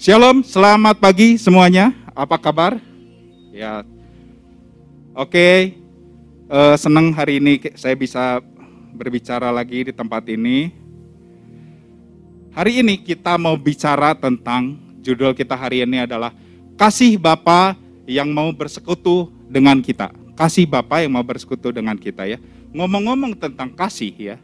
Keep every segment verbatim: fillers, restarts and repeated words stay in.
Shalom, selamat pagi semuanya. Apa kabar? Ya, oke. Uh, senang hari ini saya bisa berbicara lagi di tempat ini. Hari ini kita mau bicara tentang, judul kita hari ini adalah kasih Bapa yang mau bersekutu dengan kita. Kasih Bapa yang mau bersekutu dengan kita ya. Ngomong-ngomong tentang kasih ya,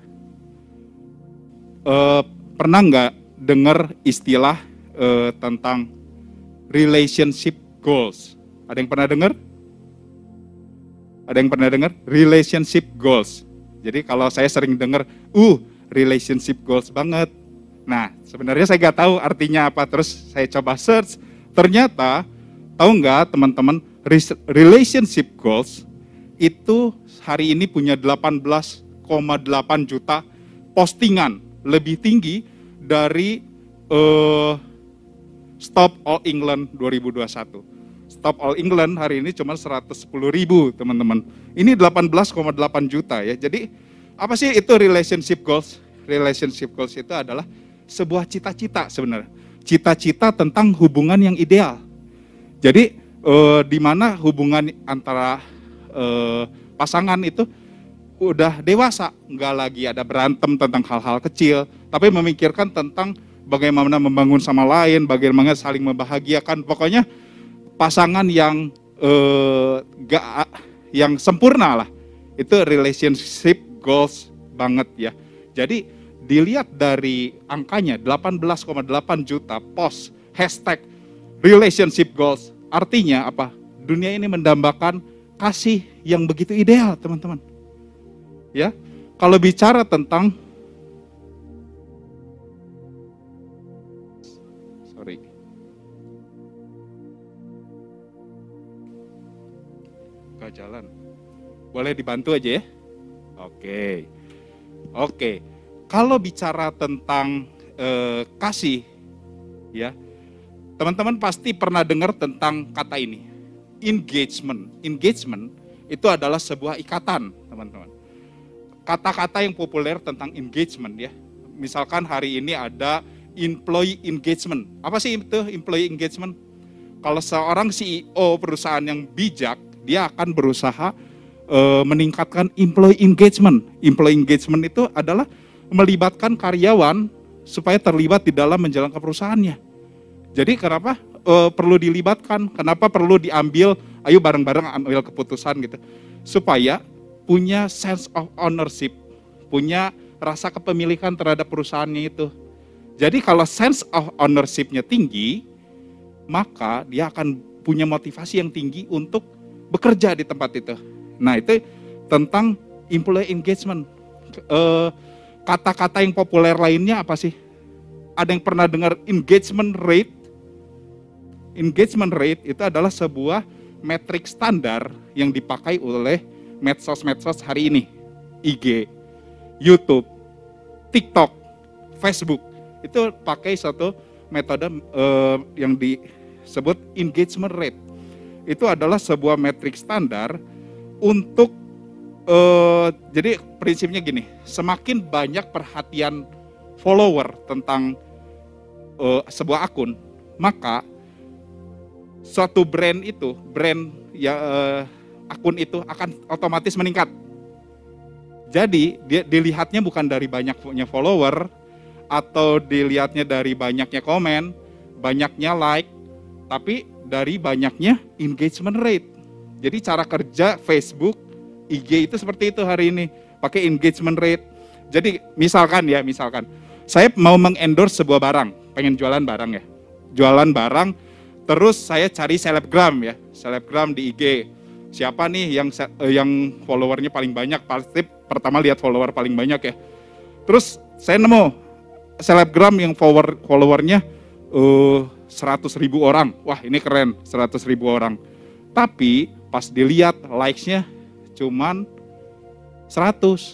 uh, pernah nggak dengar istilah Uh, tentang relationship goals? Ada yang pernah dengar? Ada yang pernah dengar? Relationship goals. Jadi kalau saya sering dengar, uh, relationship goals banget. Nah, sebenarnya saya nggak tahu artinya apa. Terus saya coba search. Ternyata, tahu nggak teman-teman, relationship goals itu hari ini punya delapan belas koma delapan juta postingan, lebih tinggi dari uh, Stop All England dua ribu dua puluh satu. Stop All England hari ini cuma seratus sepuluh ribu teman-teman. Ini delapan belas koma delapan juta ya. Jadi apa sih itu relationship goals? Relationship goals itu adalah sebuah cita-cita sebenarnya. Cita-cita tentang hubungan yang ideal. Jadi eh, di mana hubungan antara eh, pasangan itu udah dewasa, nggak lagi ada berantem tentang hal-hal kecil, tapi memikirkan tentang bagaimana membangun sama lain, bagaimana saling membahagiakan. Pokoknya pasangan yang eh, gak, yang sempurna lah. Itu relationship goals banget ya. Jadi dilihat dari angkanya delapan belas koma delapan juta post hashtag relationship goals. Artinya apa? Dunia ini mendambakan kasih yang begitu ideal teman-teman. Ya, kalau bicara tentang Sorry. Gak jalan. Boleh dibantu aja ya? Oke. Oke. Kalau bicara tentang eh, kasih, ya, teman-teman pasti pernah dengar tentang kata ini. Engagement. Engagement itu adalah sebuah ikatan, teman-teman. Kata-kata yang populer tentang engagement ya. Misalkan hari ini ada employee engagement. Apa sih itu employee engagement? Kalau seorang C E O perusahaan yang bijak, dia akan berusaha e, meningkatkan employee engagement. Employee engagement itu adalah melibatkan karyawan supaya terlibat di dalam menjalankan perusahaannya. Jadi kenapa e, perlu dilibatkan? Kenapa perlu diambil, ayo bareng-bareng ambil keputusan gitu. Supaya punya sense of ownership, punya rasa kepemilikan terhadap perusahaannya itu. Jadi kalau sense of ownership-nya tinggi, maka dia akan punya motivasi yang tinggi untuk bekerja di tempat itu. Nah itu tentang employee engagement. Kata-kata yang populer lainnya apa sih? Ada yang pernah dengar engagement rate? Engagement rate itu adalah sebuah metrik standar yang dipakai oleh medsos-medsos hari ini. I G, YouTube, TikTok, Facebook. Itu pakai satu metode uh, yang disebut engagement rate. Itu adalah sebuah metrik standar untuk, uh, jadi prinsipnya gini, semakin banyak perhatian follower tentang uh, sebuah akun, maka suatu brand itu, brand ya uh, akun itu akan otomatis meningkat. Jadi dia dilihatnya bukan dari banyaknya follower, atau dilihatnya dari banyaknya komen, banyaknya like, tapi dari banyaknya engagement rate. Jadi cara kerja Facebook, I G itu seperti itu hari ini, pakai engagement rate. Jadi misalkan ya, misalkan saya mau mengendorse sebuah barang, pengen jualan barang ya, jualan barang, terus saya cari selebgram ya, selebgram di I G. Siapa nih yang yang followernya paling banyak? Pasti pertama lihat follower paling banyak ya. Terus saya nemu selebgram yang follower followernya uh, seratus ribu orang. Wah ini keren, seratus ribu orang. Tapi pas dilihat likes-nya cuman seratus.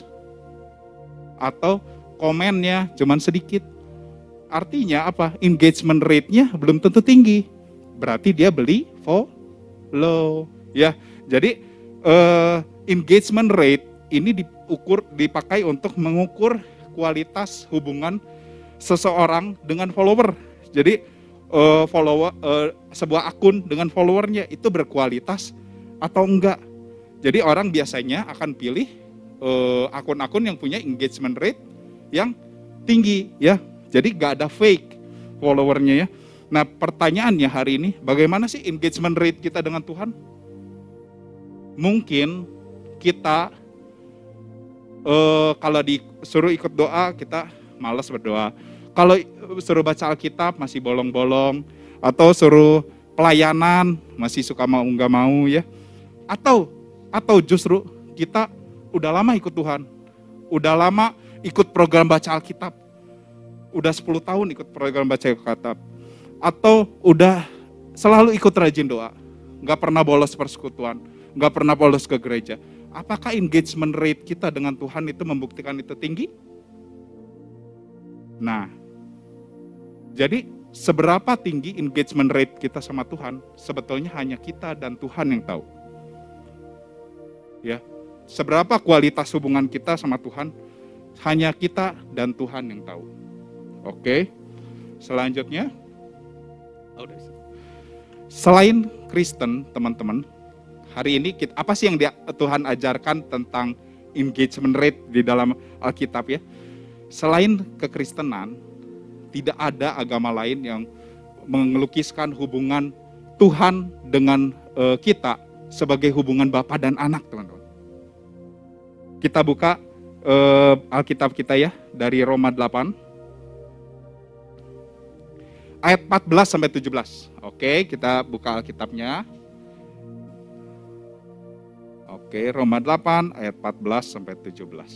Atau komennya cuman sedikit. Artinya apa? Engagement rate-nya belum tentu tinggi. Berarti dia beli follow. Ya, jadi uh, engagement rate ini diukur, dipakai untuk mengukur kualitas hubungan seseorang dengan follower. Jadi uh, follower uh, sebuah akun dengan followernya itu berkualitas atau enggak. Jadi orang biasanya akan pilih uh, akun-akun yang punya engagement rate yang tinggi ya. Jadi nggak ada fake followernya ya. Nah pertanyaannya hari ini, bagaimana sih engagement rate kita dengan Tuhan? Mungkin kita uh, kalau disuruh ikut doa kita malas berdoa. Kalau suruh baca Alkitab masih bolong-bolong, atau suruh pelayanan masih suka mau nggak mau ya. Atau atau justru kita udah lama ikut Tuhan, udah lama ikut program baca Alkitab, udah sepuluh tahun ikut program baca Alkitab, atau udah selalu ikut rajin doa, nggak pernah bolos persekutuan, nggak pernah bolos ke gereja. Apakah engagement rate kita dengan Tuhan itu membuktikan itu tinggi? Nah, jadi seberapa tinggi engagement rate kita sama Tuhan, sebetulnya hanya kita dan Tuhan yang tahu. Ya, seberapa kualitas hubungan kita sama Tuhan, hanya kita dan Tuhan yang tahu. Oke, selanjutnya. Selain Kristen, teman-teman, hari ini kita, apa sih yang dia, Tuhan ajarkan tentang engagement rate di dalam Alkitab ya? Selain kekristenan, tidak ada agama lain yang melukiskan hubungan Tuhan dengan uh, kita sebagai hubungan Bapa dan anak, teman-teman. Kita buka uh, Alkitab kita ya, dari Roma delapan. Ayat empat belas sampai tujuh belas. Oke, kita buka Alkitabnya. Oke, Roma delapan ayat empat belas sampai tujuh belas.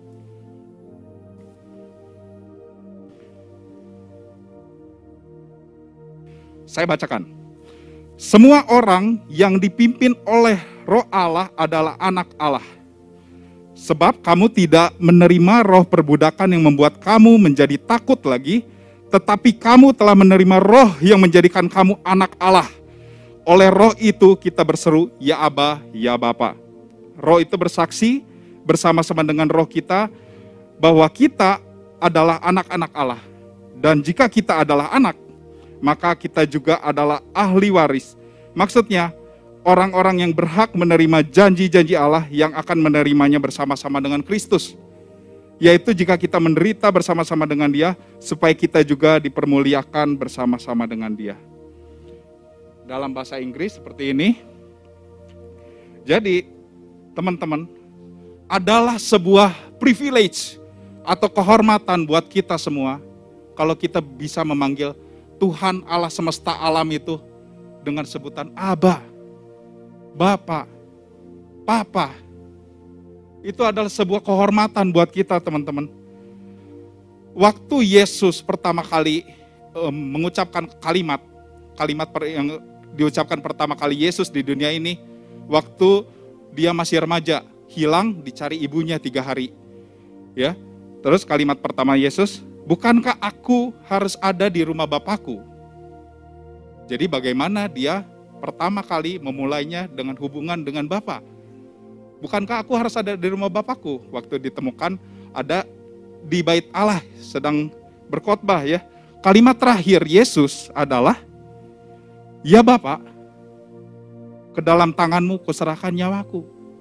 Saya bacakan. Semua orang yang dipimpin oleh Roh Allah adalah anak Allah. Sebab kamu tidak menerima roh perbudakan yang membuat kamu menjadi takut lagi, tetapi kamu telah menerima roh yang menjadikan kamu anak Allah. Oleh roh itu kita berseru, ya Aba, ya Bapa. Roh itu bersaksi bersama-sama dengan roh kita bahwa kita adalah anak-anak Allah. Dan jika kita adalah anak, maka kita juga adalah ahli waris. Maksudnya, orang-orang yang berhak menerima janji-janji Allah yang akan menerimanya bersama-sama dengan Kristus. Yaitu jika kita menderita bersama-sama dengan Dia, supaya kita juga dipermuliakan bersama-sama dengan Dia. Dalam bahasa Inggris seperti ini. Jadi, teman-teman, adalah sebuah privilege atau kehormatan buat kita semua kalau kita bisa memanggil Tuhan Allah semesta alam itu dengan sebutan Aba, Bapa, Papa. Itu adalah sebuah kehormatan buat kita, teman-teman. Waktu Yesus pertama kali um, mengucapkan kalimat, kalimat per, yang diucapkan pertama kali Yesus di dunia ini, waktu dia masih remaja, hilang, dicari ibunya tiga hari. Ya, terus kalimat pertama Yesus, bukankah aku harus ada di rumah Bapakku? Jadi bagaimana dia pertama kali memulainya dengan hubungan dengan Bapa? Bukankah aku harus ada di rumah Bapakku? Waktu ditemukan ada di bait Allah sedang berkhotbah ya. Kalimat terakhir Yesus adalah, ya Bapa, ke dalam tanganmu kuserahkan nyawaku.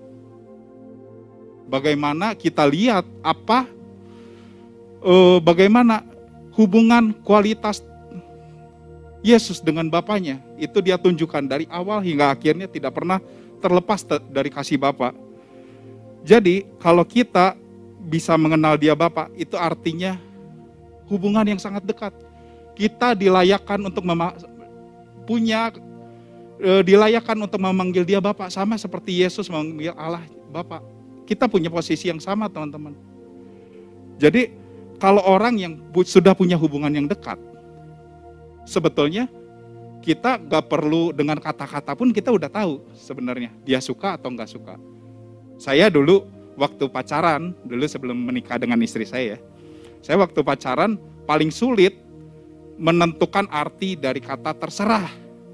Bagaimana kita lihat apa, eh, bagaimana hubungan kualitas Yesus dengan Bapanya. Itu dia tunjukkan dari awal hingga akhirnya tidak pernah terlepas dari kasih Bapa. Jadi kalau kita bisa mengenal dia Bapa, itu artinya hubungan yang sangat dekat. Kita dilayakkan untuk mema- punya, e, dilayakkan untuk memanggil dia Bapa, sama seperti Yesus memanggil Allah Bapa. Kita punya posisi yang sama, teman-teman. Jadi kalau orang yang sudah punya hubungan yang dekat, sebetulnya kita gak perlu dengan kata-kata pun kita udah tahu sebenarnya dia suka atau gak suka. Saya dulu waktu pacaran, dulu sebelum menikah dengan istri saya, saya waktu pacaran paling sulit menentukan arti dari kata terserah.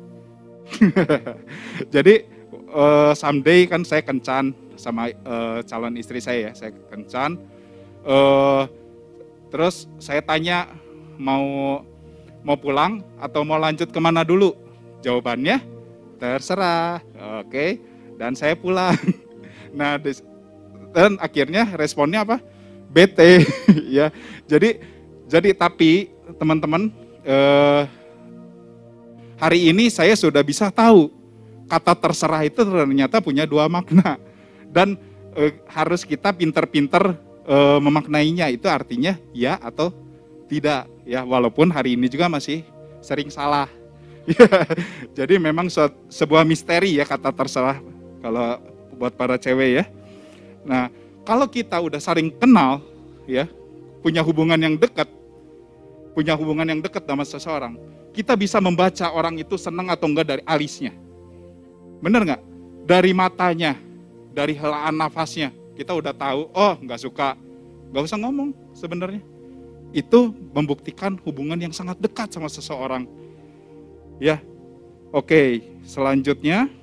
Jadi uh, someday kan saya kencan sama uh, calon istri saya ya, saya kencan. Uh, terus saya tanya mau Mau pulang atau mau lanjut kemana dulu? Jawabannya terserah. Oke, dan saya pulang. Nah, dan akhirnya responnya apa? Bete. Ya, jadi jadi tapi teman-teman, eh, hari ini saya sudah bisa tahu kata terserah itu ternyata punya dua makna, dan eh, harus kita pinter-pinter eh, memaknainya. Itu artinya ya atau tidak, ya, walaupun hari ini juga masih sering salah. Jadi memang sebuah misteri ya kata terserah kalau buat para cewek ya. Nah, kalau kita udah saling kenal ya, punya hubungan yang dekat, punya hubungan yang dekat sama seseorang, kita bisa membaca orang itu senang atau enggak dari alisnya. Bener nggak? Dari matanya, dari helaan nafasnya, kita udah tahu, oh nggak suka, nggak usah ngomong sebenarnya. Itu membuktikan hubungan yang sangat dekat sama seseorang. Ya, oke, selanjutnya.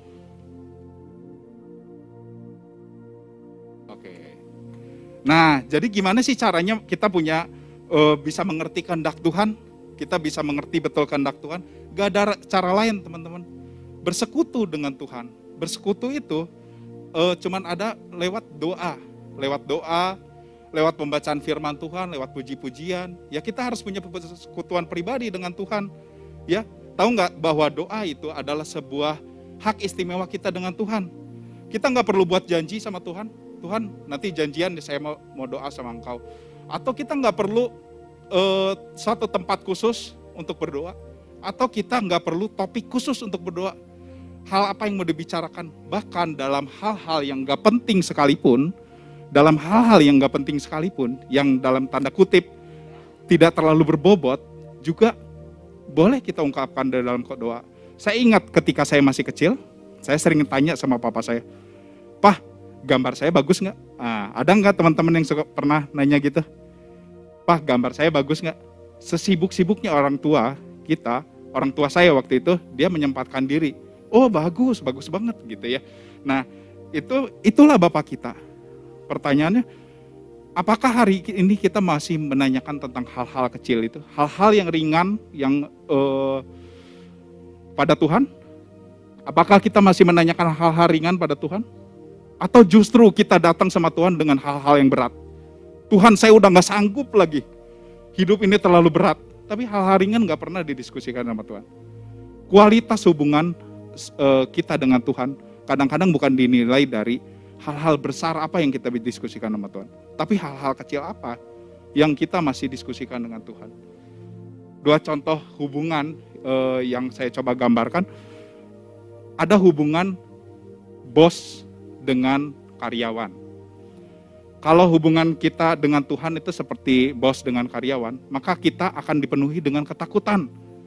Oke. Nah, jadi gimana sih caranya kita punya uh, bisa mengerti kehendak Tuhan? Kita bisa mengerti betul kehendak Tuhan? Gak ada cara lain, teman-teman. Bersekutu dengan Tuhan. Bersekutu itu uh, cuman ada lewat doa, lewat doa. Lewat pembacaan firman Tuhan, lewat puji-pujian, ya kita harus punya persekutuan pribadi dengan Tuhan. Ya, tahu nggak bahwa doa itu adalah sebuah hak istimewa kita dengan Tuhan. Kita nggak perlu buat janji sama Tuhan. Tuhan, nanti janjian saya mau, mau doa sama Engkau. Atau kita nggak perlu uh, satu tempat khusus untuk berdoa. Atau kita nggak perlu topik khusus untuk berdoa. Hal apa yang mau dibicarakan, bahkan dalam hal-hal yang nggak penting sekalipun. Dalam hal-hal yang gak penting sekalipun, yang dalam tanda kutip tidak terlalu berbobot, juga boleh kita ungkapkan dalam doa. Saya ingat ketika saya masih kecil, saya sering tanya sama papa saya, "Pah, gambar saya bagus gak?" Nah, ada gak teman-teman yang suka, pernah nanya gitu? "Pah, gambar saya bagus gak?" Sesibuk-sibuknya orang tua kita, orang tua saya waktu itu, dia menyempatkan diri. "Oh bagus, bagus banget," gitu ya. Nah, itu itulah bapak kita. Pertanyaannya, apakah hari ini kita masih menanyakan tentang hal-hal kecil itu? Hal-hal yang ringan, yang uh, pada Tuhan? Apakah kita masih menanyakan hal-hal ringan pada Tuhan? Atau justru kita datang sama Tuhan dengan hal-hal yang berat? Tuhan, saya udah gak sanggup lagi. Hidup ini terlalu berat. Tapi hal-hal ringan gak pernah didiskusikan sama Tuhan. Kualitas hubungan uh, kita dengan Tuhan kadang-kadang bukan dinilai dari hal-hal besar apa yang kita diskusikan sama Tuhan. Tapi hal-hal kecil apa yang kita masih diskusikan dengan Tuhan. Dua contoh hubungan eh, yang saya coba gambarkan. Ada hubungan bos dengan karyawan. Kalau hubungan kita dengan Tuhan itu seperti bos dengan karyawan, maka kita akan dipenuhi dengan ketakutan.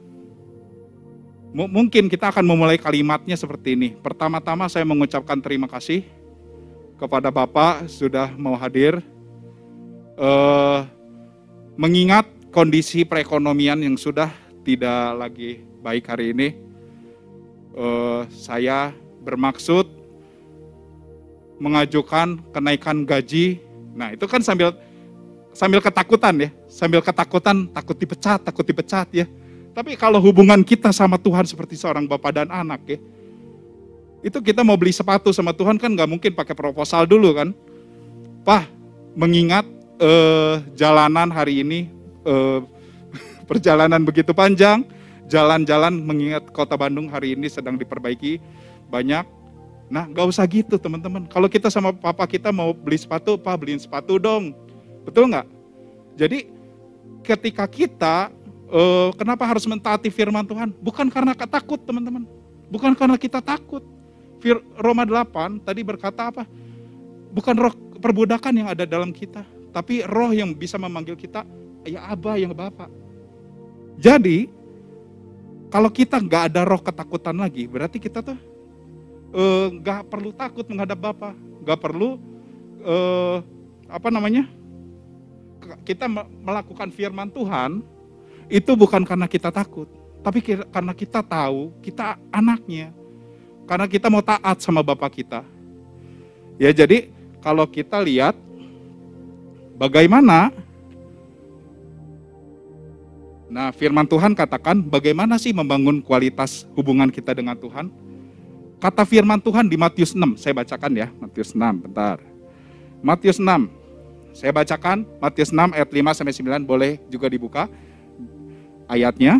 M- mungkin kita akan memulai kalimatnya seperti ini. Pertama-tama saya mengucapkan terima kasih kepada Bapak sudah mau hadir, uh, mengingat kondisi perekonomian yang sudah tidak lagi baik hari ini, uh, saya bermaksud mengajukan kenaikan gaji. Nah itu kan sambil sambil ketakutan ya, sambil ketakutan takut dipecat, takut dipecat ya. Tapi kalau hubungan kita sama Tuhan seperti seorang bapak dan anak ya, itu kita mau beli sepatu sama Tuhan kan gak mungkin pakai proposal dulu kan. Pak, mengingat eh, jalanan hari ini, eh, perjalanan begitu panjang, jalan-jalan mengingat kota Bandung hari ini sedang diperbaiki banyak. Nah gak usah gitu teman-teman. Kalau kita sama papa kita mau beli sepatu, Pak beliin sepatu dong. Betul gak? Jadi ketika kita, eh, kenapa harus mentaati firman Tuhan? Bukan karena takut teman-teman. Bukan karena kita takut. Roma delapan tadi berkata apa? Bukan roh perbudakan yang ada dalam kita, tapi roh yang bisa memanggil kita, ya Aba, yang Bapak. Jadi, kalau kita nggak ada roh ketakutan lagi, berarti kita tuh nggak eh, perlu takut menghadap Bapa, nggak perlu eh, apa namanya? Kita melakukan firman Tuhan itu bukan karena kita takut, tapi karena kita tahu kita anaknya. Karena kita mau taat sama Bapak kita. Ya jadi kalau kita lihat bagaimana, Nah, firman Tuhan katakan bagaimana sih membangun kualitas hubungan kita dengan Tuhan? Kata firman Tuhan di Matius enam, saya bacakan ya, Matius enam, bentar. Matius enam, saya bacakan, Matius enam ayat lima sampai sembilan, boleh juga dibuka ayatnya.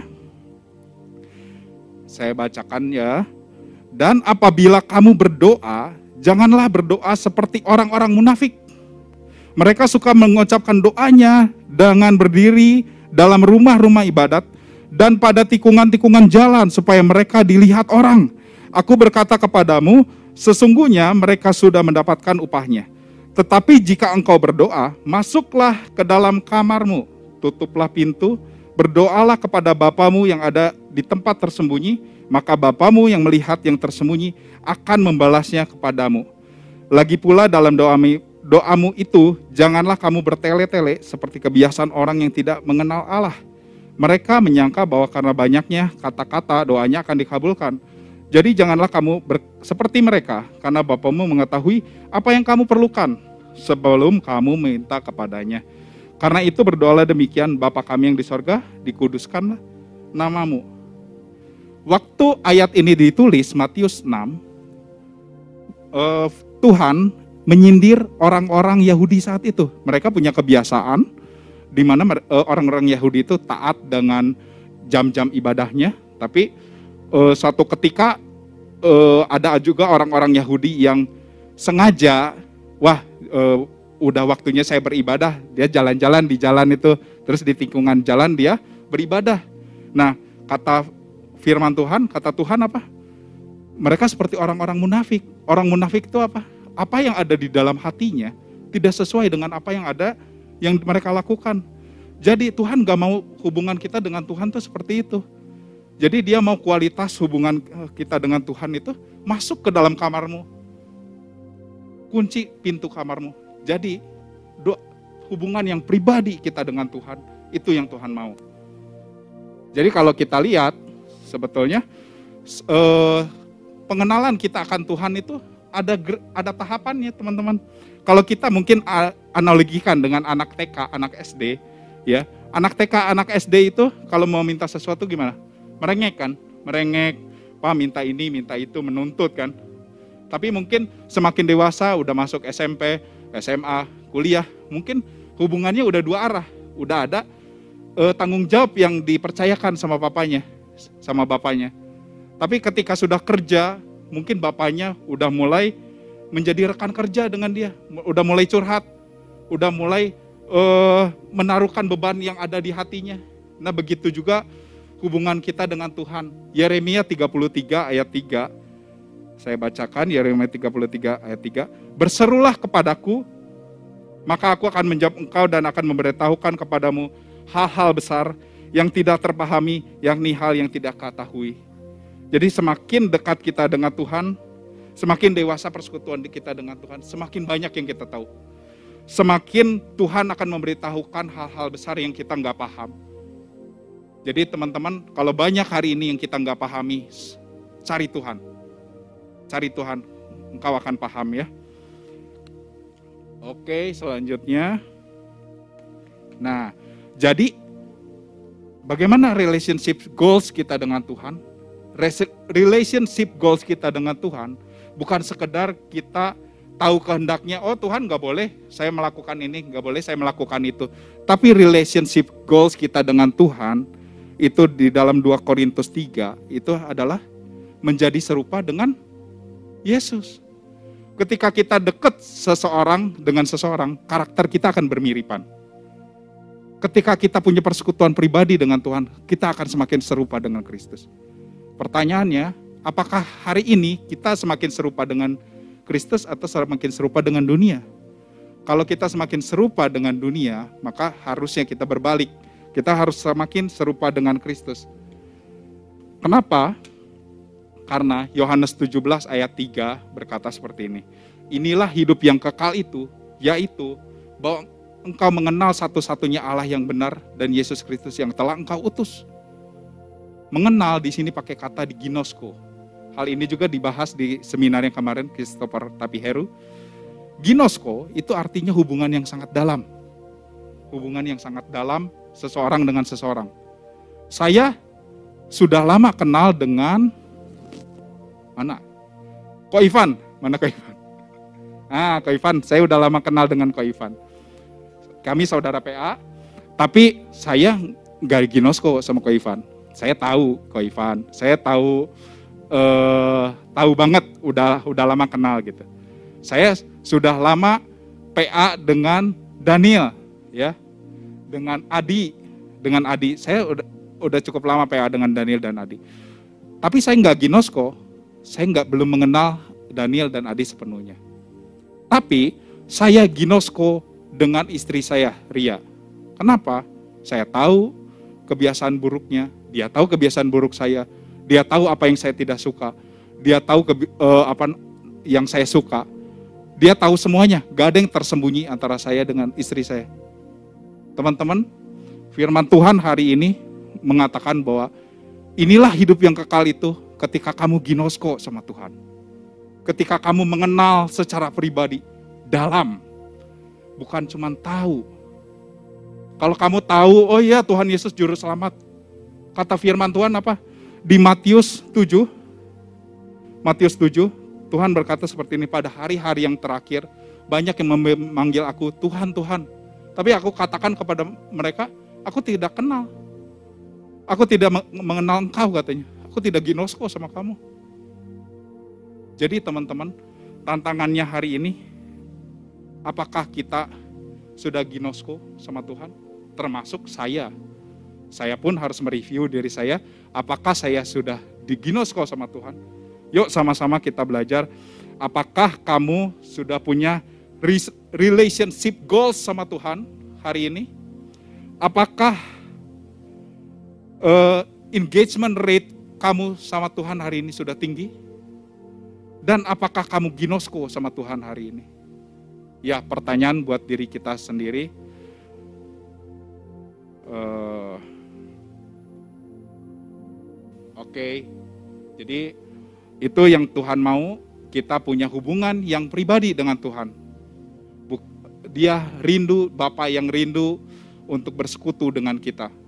Saya bacakan ya. Dan apabila kamu berdoa, janganlah berdoa seperti orang-orang munafik. Mereka suka mengucapkan doanya dengan berdiri dalam rumah-rumah ibadat dan pada tikungan-tikungan jalan supaya mereka dilihat orang. Aku berkata kepadamu, sesungguhnya mereka sudah mendapatkan upahnya. Tetapi jika engkau berdoa, masuklah ke dalam kamarmu, tutuplah pintu, berdoalah kepada Bapamu yang ada di tempat tersembunyi, maka Bapamu yang melihat yang tersembunyi akan membalasnya kepadamu. Lagi pula dalam doamu, doamu itu, janganlah kamu bertele-tele seperti kebiasaan orang yang tidak mengenal Allah. Mereka menyangka bahwa karena banyaknya kata-kata doanya akan dikabulkan. Jadi janganlah kamu ber, seperti mereka, karena Bapamu mengetahui apa yang kamu perlukan sebelum kamu minta kepadanya. Karena itu berdoalah demikian, Bapa kami yang di sorga, dikuduskanlah namamu. Waktu ayat ini ditulis, Matius enam, uh, Tuhan menyindir orang-orang Yahudi saat itu. Mereka punya kebiasaan, di mana uh, orang-orang Yahudi itu taat dengan jam-jam ibadahnya, tapi uh, suatu ketika uh, ada juga orang-orang Yahudi yang sengaja, wah, uh, udah waktunya saya beribadah, dia jalan-jalan di jalan itu, terus di tikungan jalan dia beribadah. Nah, kata firman Tuhan, kata Tuhan apa? Mereka seperti orang-orang munafik. Orang munafik itu apa? Apa yang ada di dalam hatinya tidak sesuai dengan apa yang ada yang mereka lakukan. Jadi Tuhan gak mau hubungan kita dengan Tuhan tuh seperti itu. Jadi dia mau kualitas hubungan kita dengan Tuhan itu masuk ke dalam kamarmu, kunci pintu kamarmu. Jadi do, hubungan yang pribadi kita dengan Tuhan, itu yang Tuhan mau. Jadi kalau kita lihat, sebetulnya eh, pengenalan kita akan Tuhan itu ada ada tahapannya, teman-teman. Kalau kita mungkin analogikan dengan anak T K, anak S D, ya. Anak T K, anak S D itu kalau mau minta sesuatu gimana? Merengek kan? Merengek, Pak minta ini, minta itu, menuntut kan? Tapi mungkin semakin dewasa, udah masuk S M P, S M A, kuliah, mungkin hubungannya udah dua arah. Udah ada eh, tanggung jawab yang dipercayakan sama papanya, sama bapaknya. Tapi ketika sudah kerja, mungkin bapaknya udah mulai menjadi rekan kerja dengan dia, udah mulai curhat, udah mulai uh, menaruhkan beban yang ada di hatinya. Nah begitu juga hubungan kita dengan Tuhan. Yeremia tiga puluh tiga ayat tiga, saya bacakan Yeremia tiga puluh tiga ayat tiga. Berserulah kepadaku, maka aku akan menjawab engkau dan akan memberitahukan kepadamu hal-hal besar yang tidak terpahami, yakni hal yang tidak ketahui. Jadi semakin dekat kita dengan Tuhan, semakin dewasa persekutuan kita dengan Tuhan, semakin banyak yang kita tahu. Semakin Tuhan akan memberitahukan hal-hal besar yang kita nggak paham. Jadi teman-teman, kalau banyak hari ini yang kita nggak pahami, cari Tuhan. Cari Tuhan, engkau akan paham ya. Oke, selanjutnya. Nah, jadi bagaimana relationship goals kita dengan Tuhan? Relationship goals kita dengan Tuhan bukan sekedar kita tahu kehendaknya, oh Tuhan gak boleh saya melakukan ini, gak boleh saya melakukan itu. Tapi relationship goals kita dengan Tuhan itu di dalam dua Korintus tiga itu adalah menjadi serupa dengan Yesus. Ketika kita dekat seseorang dengan seseorang, karakter kita akan bermiripan. Ketika kita punya persekutuan pribadi dengan Tuhan, kita akan semakin serupa dengan Kristus. Pertanyaannya, apakah hari ini kita semakin serupa dengan Kristus atau semakin serupa dengan dunia? Kalau kita semakin serupa dengan dunia, maka harusnya kita berbalik. Kita harus semakin serupa dengan Kristus. Kenapa? Karena Yohanes tujuh belas ayat tiga berkata seperti ini. Inilah hidup yang kekal itu, yaitu bahwa engkau mengenal satu-satunya Allah yang benar dan Yesus Kristus yang telah engkau utus. Mengenal di sini pakai kata di ginosko. Hal ini juga dibahas di seminar yang kemarin Christopher Tapiheru. Ginosko itu artinya hubungan yang sangat dalam. Hubungan yang sangat dalam seseorang dengan seseorang. Saya sudah lama kenal dengan mana? Ko Ivan, mana Ko Ivan? Ah, Ko Ivan, saya udah lama kenal dengan Ko Ivan. Kami saudara P A, tapi saya nggak ginosko sama Ko Ivan. Saya tahu Ko Ivan, saya tahu eh, tahu banget, udah udah lama kenal gitu. Saya sudah lama P A dengan Daniel, ya, dengan Adi, dengan Adi. Saya udah udah cukup lama P A dengan Daniel dan Adi. Tapi saya nggak ginosko, saya nggak belum mengenal Daniel dan Adi sepenuhnya. Tapi saya ginosko dengan istri saya, Ria. Kenapa? Saya tahu kebiasaan buruknya, dia tahu kebiasaan buruk saya, dia tahu apa yang saya tidak suka, dia tahu ke, uh, apa yang saya suka, dia tahu semuanya, gak ada yang tersembunyi antara saya dengan istri saya. Teman-teman, firman Tuhan hari ini mengatakan bahwa inilah hidup yang kekal itu ketika kamu ginosko sama Tuhan. Ketika kamu mengenal secara pribadi, dalam, bukan cuma tahu. Kalau kamu tahu, oh iya Tuhan Yesus juru selamat. Kata firman Tuhan apa? Di Matius tujuh, Matius tujuh, Tuhan berkata seperti ini, pada hari-hari yang terakhir, banyak yang memanggil aku, Tuhan, Tuhan. Tapi aku katakan kepada mereka, aku tidak kenal. Aku tidak mengenal engkau katanya. Aku tidak ginosko sama kamu. Jadi teman-teman, tantangannya hari ini, apakah kita sudah ginosko sama Tuhan? Termasuk saya. Saya pun harus mereview diri saya, apakah saya sudah diginosko sama Tuhan? Yuk sama-sama kita belajar, apakah kamu sudah punya relationship goals sama Tuhan hari ini? Apakah uh, engagement rate kamu sama Tuhan hari ini sudah tinggi? Dan apakah kamu ginosko sama Tuhan hari ini? Ya, pertanyaan buat diri kita sendiri. Uh, Oke, okay. Jadi itu yang Tuhan mau, kita punya hubungan yang pribadi dengan Tuhan. Dia rindu, Bapa yang rindu untuk bersekutu dengan kita.